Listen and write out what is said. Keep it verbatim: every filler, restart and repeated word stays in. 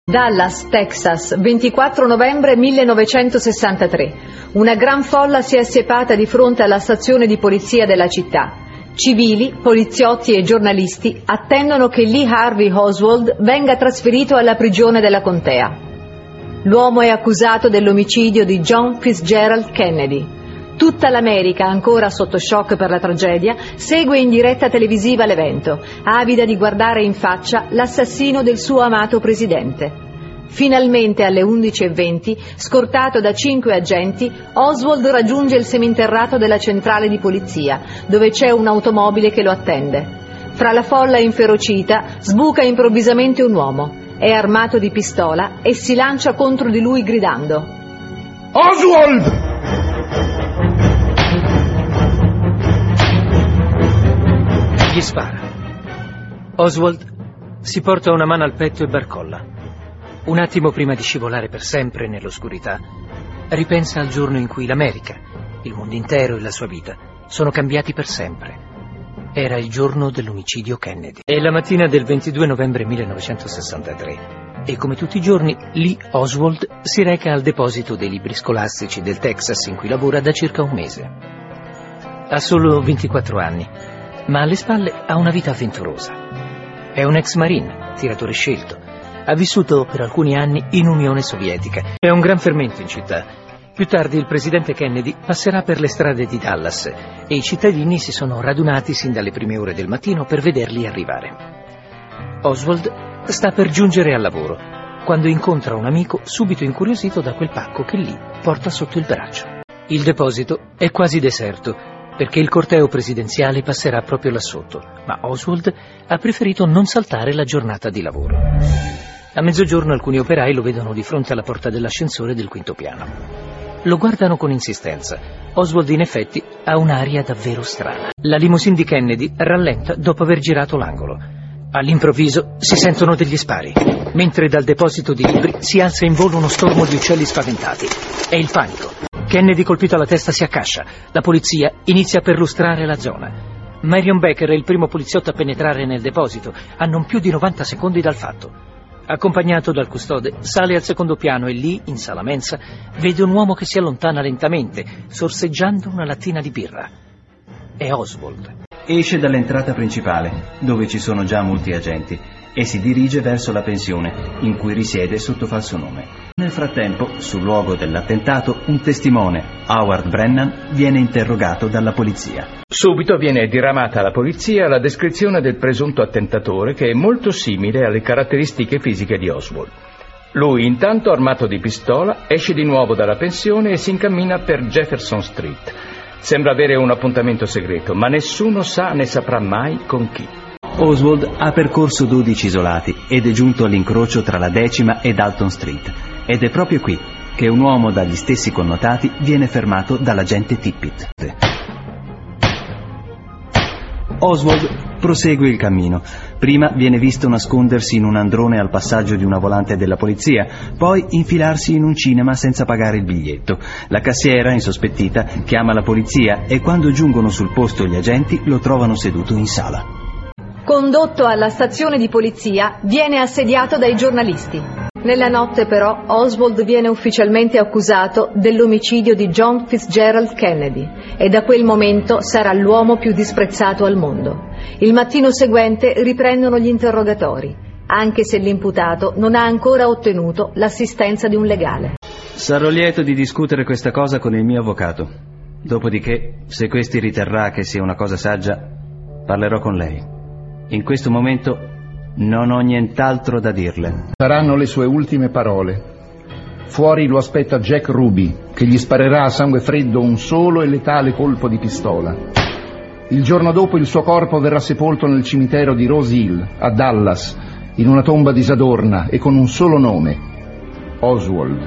Dallas, Texas, ventiquattro novembre millenovecentosessantatré. Una gran folla si è assiepata di fronte alla stazione di polizia della città. Civili, poliziotti e giornalisti attendono che Lee Harvey Oswald venga trasferito alla prigione della contea. L'uomo è accusato dell'omicidio di John Fitzgerald Kennedy. Tutta l'America, ancora sotto shock per la tragedia, segue in diretta televisiva l'evento, avida di guardare in faccia l'assassino del suo amato presidente. Finalmente alle undici e venti, scortato da cinque agenti, Oswald raggiunge il seminterrato della centrale di polizia, dove c'è un'automobile che lo attende. Fra la folla inferocita sbuca improvvisamente un uomo. È armato di pistola e si lancia contro di lui gridando: Oswald! Gli spara. Oswald si porta una mano al petto e barcolla. Un attimo prima di scivolare per sempre nell'oscurità, ripensa al giorno in cui l'America, il mondo intero e la sua vita sono cambiati per sempre. Era il giorno dell'omicidio Kennedy. È la mattina del ventidue novembre millenovecentosessantatré e come tutti i giorni Lee Oswald si reca al deposito dei libri scolastici del Texas in cui lavora da circa un mese. Ha solo ventiquattro anni, ma alle spalle ha una vita avventurosa. È un ex marine, tiratore scelto. Ha vissuto per alcuni anni in Unione Sovietica. È un gran fermento in città. Più tardi il presidente Kennedy passerà per le strade di Dallas e i cittadini si sono radunati sin dalle prime ore del mattino per vederli arrivare. Oswald sta per giungere al lavoro quando incontra un amico subito incuriosito da quel pacco che Lee porta sotto il braccio. Il deposito è quasi deserto perché il corteo presidenziale passerà proprio là sotto, ma Oswald ha preferito non saltare la giornata di lavoro. A mezzogiorno alcuni operai lo vedono di fronte alla porta dell'ascensore del quinto piano. Lo guardano con insistenza. Oswald in effetti ha un'aria davvero strana. La limousine di Kennedy rallenta dopo aver girato l'angolo. All'improvviso si sentono degli spari, mentre dal deposito di libri si alza in volo uno stormo di uccelli spaventati. È il panico. Kennedy colpito alla testa si accascia. La polizia inizia a perlustrare la zona. Marion Baker è il primo poliziotto a penetrare nel deposito, a non più di novanta secondi dal fatto. Accompagnato dal custode, sale al secondo piano e lì, in sala mensa, vede un uomo che si allontana lentamente, sorseggiando una lattina di birra. È Oswald. Esce dall'entrata principale, dove ci sono già molti agenti, e si dirige verso la pensione, in cui risiede sotto falso nome. Nel frattempo, sul luogo dell'attentato, un testimone, Howard Brennan, viene interrogato dalla polizia. Subito viene diramata alla polizia la descrizione del presunto attentatore, che è molto simile alle caratteristiche fisiche di Oswald. Lui, intanto armato di pistola, esce di nuovo dalla pensione e si incammina per Jefferson Street. Sembra avere un appuntamento segreto, ma nessuno sa né saprà mai con chi. Oswald ha percorso dodici isolati ed è giunto all'incrocio tra la Decima e Dalton Street. Ed è proprio qui che un uomo dagli stessi connotati viene fermato dall'agente Tippit. Oswald prosegue il cammino. Prima viene visto nascondersi in un androne al passaggio di una volante della polizia, poi infilarsi in un cinema senza pagare il biglietto. La cassiera, insospettita, chiama la polizia e quando giungono sul posto gli agenti lo trovano seduto in sala. Condotto alla stazione di polizia, viene assediato dai giornalisti. Nella notte però Oswald viene ufficialmente accusato dell'omicidio di John Fitzgerald Kennedy e da quel momento sarà l'uomo più disprezzato al mondo. Il mattino seguente riprendono gli interrogatori, anche se l'imputato non ha ancora ottenuto l'assistenza di un legale. Sarò lieto di discutere questa cosa con il mio avvocato. Dopodiché, se questi riterrà che sia una cosa saggia, parlerò con lei. In questo momento non ho nient'altro da dirle. Saranno le sue ultime parole. Fuori lo aspetta Jack Ruby, che gli sparerà a sangue freddo un solo e letale colpo di pistola. Il giorno dopo il suo corpo verrà sepolto nel cimitero di Rose Hill, a Dallas, in una tomba disadorna e con un solo nome: Oswald.